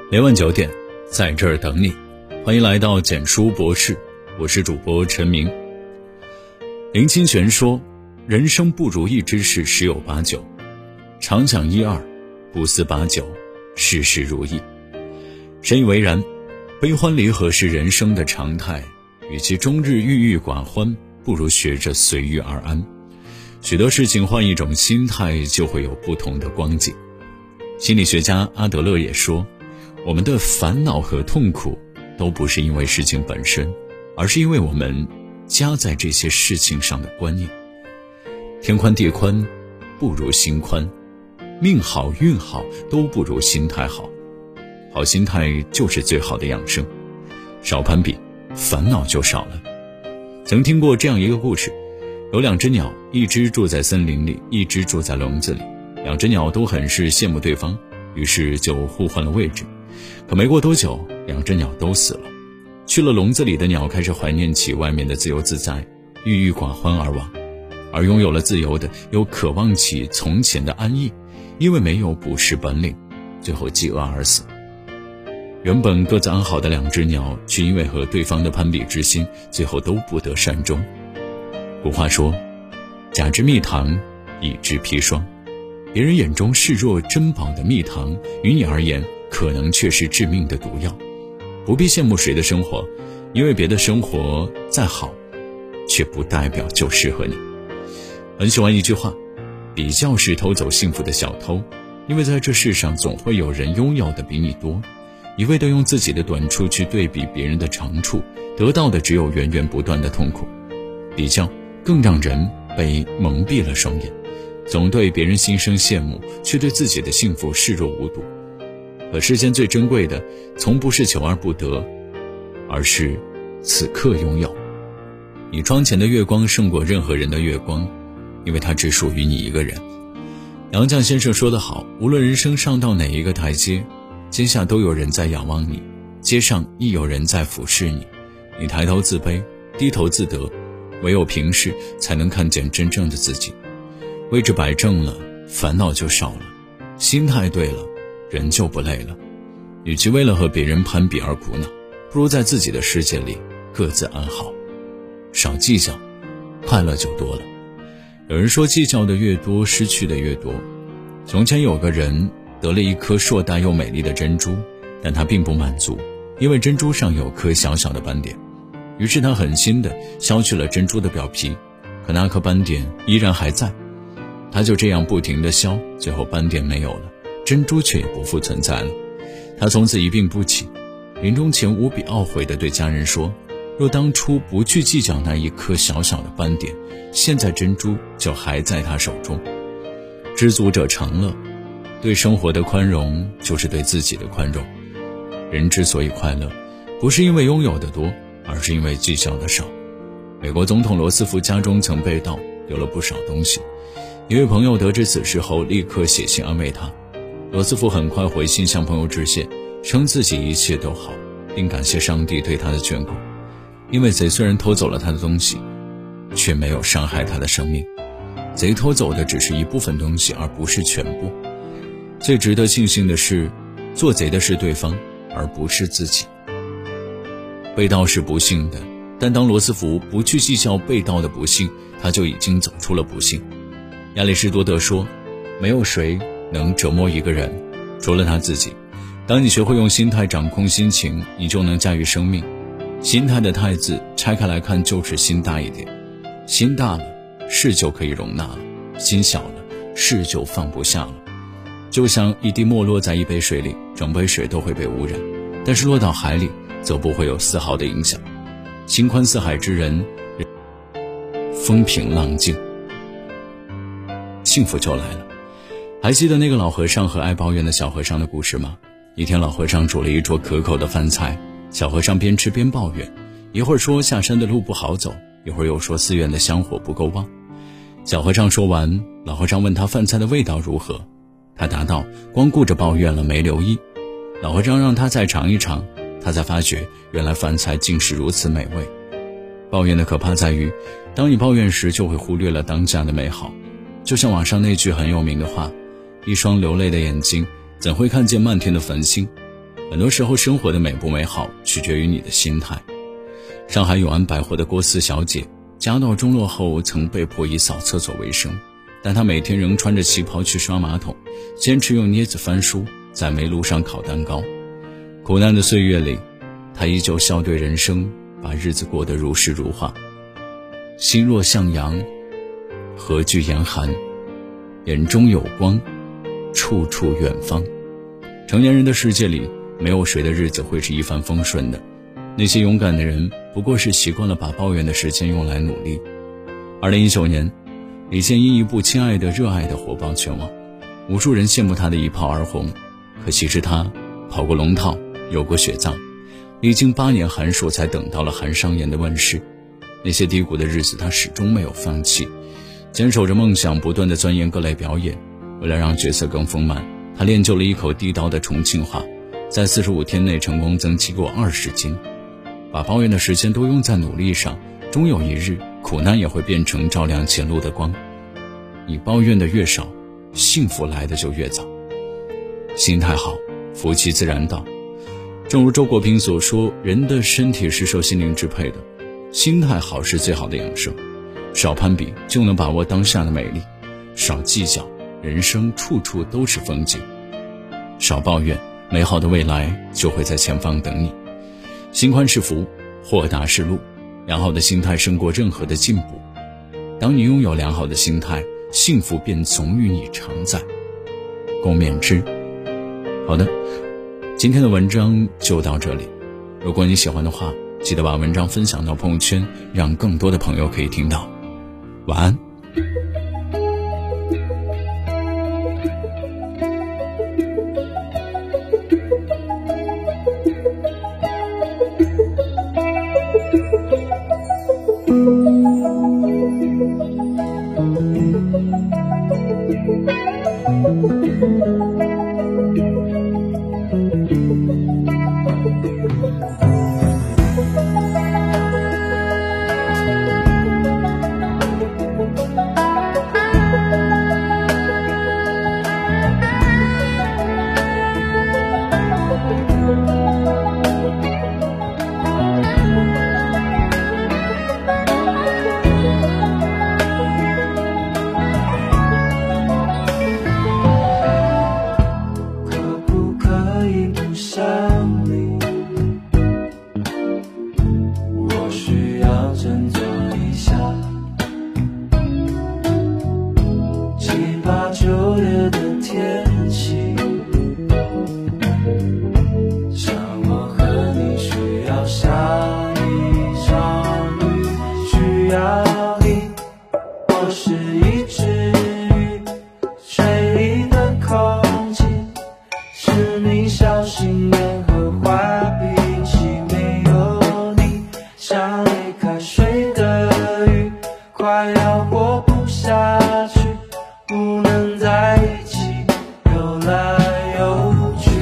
每晚9点，在这儿等你。欢迎来到简书博士，我是主播陈明。林清玄说，人生不如意之事十有八九，常讲一二，不思八九，事事如意。深以为然，悲欢离合是人生的常态，与其终日郁郁寡欢，不如学着随遇而安。许多事情换一种心态，就会有不同的光景。心理学家阿德勒也说，我们的烦恼和痛苦都不是因为事情本身，而是因为我们加在这些事情上的观念。天宽地宽不如心宽，命好运好都不如心态好。好心态就是最好的养生，少攀比，烦恼就少了。曾听过这样一个故事，有两只鸟，一只住在森林里，一只住在笼子里。两只鸟都很是羡慕对方，于是就互换了位置。可没过多久，两只鸟都死了。去了笼子里的鸟开始怀念起外面的自由自在，郁郁寡欢而亡。而拥有了自由的，又渴望起从前的安逸，因为没有捕食本领，最后饥饿而死。原本各自安好的两只鸟，却因为和对方的攀比之心，最后都不得善终。古话说，假之蜜糖，乙之砒霜。别人眼中视若珍宝的蜜糖，于你而言可能却是致命的毒药。不必羡慕谁的生活，因为别的生活再好，却不代表就适合你。很喜欢一句话，比较是偷走幸福的小偷，因为在这世上总会有人拥有的比你多。一味地用自己的短处去对比别人的长处，得到的只有源源不断的痛苦。比较更让人被蒙蔽了双眼，总对别人心生羡慕，却对自己的幸福视若无睹。可世间最珍贵的，从不是求而不得，而是此刻拥有。你窗前的月光胜过任何人的月光，因为它只属于你一个人。杨绛先生说得好，无论人生上到哪一个台阶，阶下都有人在仰望你，阶上亦有人在俯视你。你抬头自卑，低头自得，唯有平视，才能看见真正的自己。位置摆正了，烦恼就少了；心态对了，人就不累了。与其为了和别人攀比而苦恼，不如在自己的世界里各自安好。少计较，快乐就多了。有人说，计较的越多，失去的越多。从前有个人得了一颗硕大又美丽的珍珠，但他并不满足，因为珍珠上有颗小小的斑点。于是他狠心地削去了珍珠的表皮，可那颗斑点依然还在。他就这样不停地削，最后斑点没有了，珍珠却也不复存在了。他从此一病不起，临终前无比懊悔地对家人说，若当初不去计较那一颗小小的斑点，现在珍珠就还在他手中。知足者常乐，对生活的宽容就是对自己的宽容。人之所以快乐，不是因为拥有的多，而是因为计较的少。美国总统罗斯福家中曾被盗，留了不少东西。一位朋友得知此事后，立刻写信安慰他。罗斯福很快回信向朋友致谢，称自己一切都好，并感谢上帝对他的眷顾。因为贼虽然偷走了他的东西，却没有伤害他的生命。贼偷走的只是一部分东西，而不是全部。最值得庆幸的是，做贼的是对方，而不是自己。被盗是不幸的，但当罗斯福不去计较被盗的不幸，他就已经走出了不幸。亚里士多德说，没有谁能折磨一个人，除了他自己。当你学会用心态掌控心情，你就能驾驭生命。心态的态字拆开来看，就是心大一点。心大了，事就可以容纳了；心小了，事就放不下了。就像一滴墨落在一杯水里，整杯水都会被污染，但是落到海里则不会有丝毫的影响。心宽似海之人，风平浪静，幸福就来了。还记得那个老和尚和爱抱怨的小和尚的故事吗？一天，老和尚煮了一桌可口的饭菜，小和尚边吃边抱怨，一会儿说下山的路不好走，一会儿又说寺院的香火不够旺。小和尚说完，老和尚问他饭菜的味道如何，他答道，光顾着抱怨了，没留意。老和尚让他再尝一尝，他才发觉原来饭菜竟是如此美味。抱怨的可怕在于，当你抱怨时，就会忽略了当下的美好。就像网上那句很有名的话，一双流泪的眼睛怎会看见漫天的繁星。 很多时候生活的美不美好取决于你的心态。上海永安百货的郭四小姐家道中落后，曾被迫以扫厕所为生，但她每天仍穿着旗袍去刷马桶，坚持用镊子翻书，在煤炉上烤蛋糕。苦难的岁月里，她依旧笑对人生，把日子过得如诗如画。心若向阳，何惧严寒，眼中有光，处处远方。成年人的世界里，没有谁的日子会是一帆风顺的，那些勇敢的人不过是习惯了把抱怨的时间用来努力。2019年，李健因一部《亲爱的热爱的》火爆全网，无数人羡慕他的一炮而红。可惜是他跑过龙套，有过雪藏，历经8年寒暑才等到了韩商言的问世。那些低谷的日子，他始终没有放弃，坚守着梦想，不断地钻研各类表演。为了让角色更丰满，他练就了一口地道的重庆话，在45天内成功增肌过20斤。把抱怨的时间都用在努力上，终有一日，苦难也会变成照亮前路的光。你抱怨的越少，幸福来的就越早。心态好，福气自然到。正如周国平所说，人的身体是受心灵支配的，心态好是最好的养生。少攀比，就能把握当下的美丽；少计较，人生处处都是风景。少抱怨，美好的未来就会在前方等你。心宽是福，豁达是路，良好的心态胜过任何的进步。当你拥有良好的心态，幸福便总与你常在。共勉之。好的，今天的文章就到这里。如果你喜欢的话，记得把文章分享到朋友圈，让更多的朋友可以听到。晚安。 快要活不下去，不能在一起游来游去。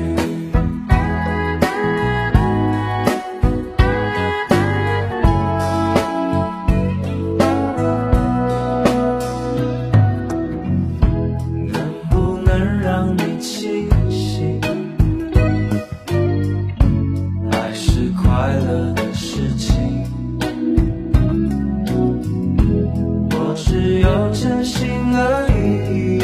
能不能让你清醒？爱是快乐的事情。只有真心而已，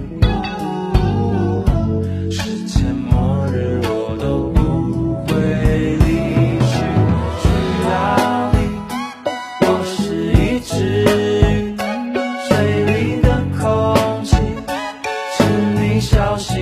世界末日我都不会离去。需要你，我是一只鱼，水里的空气，请你小心。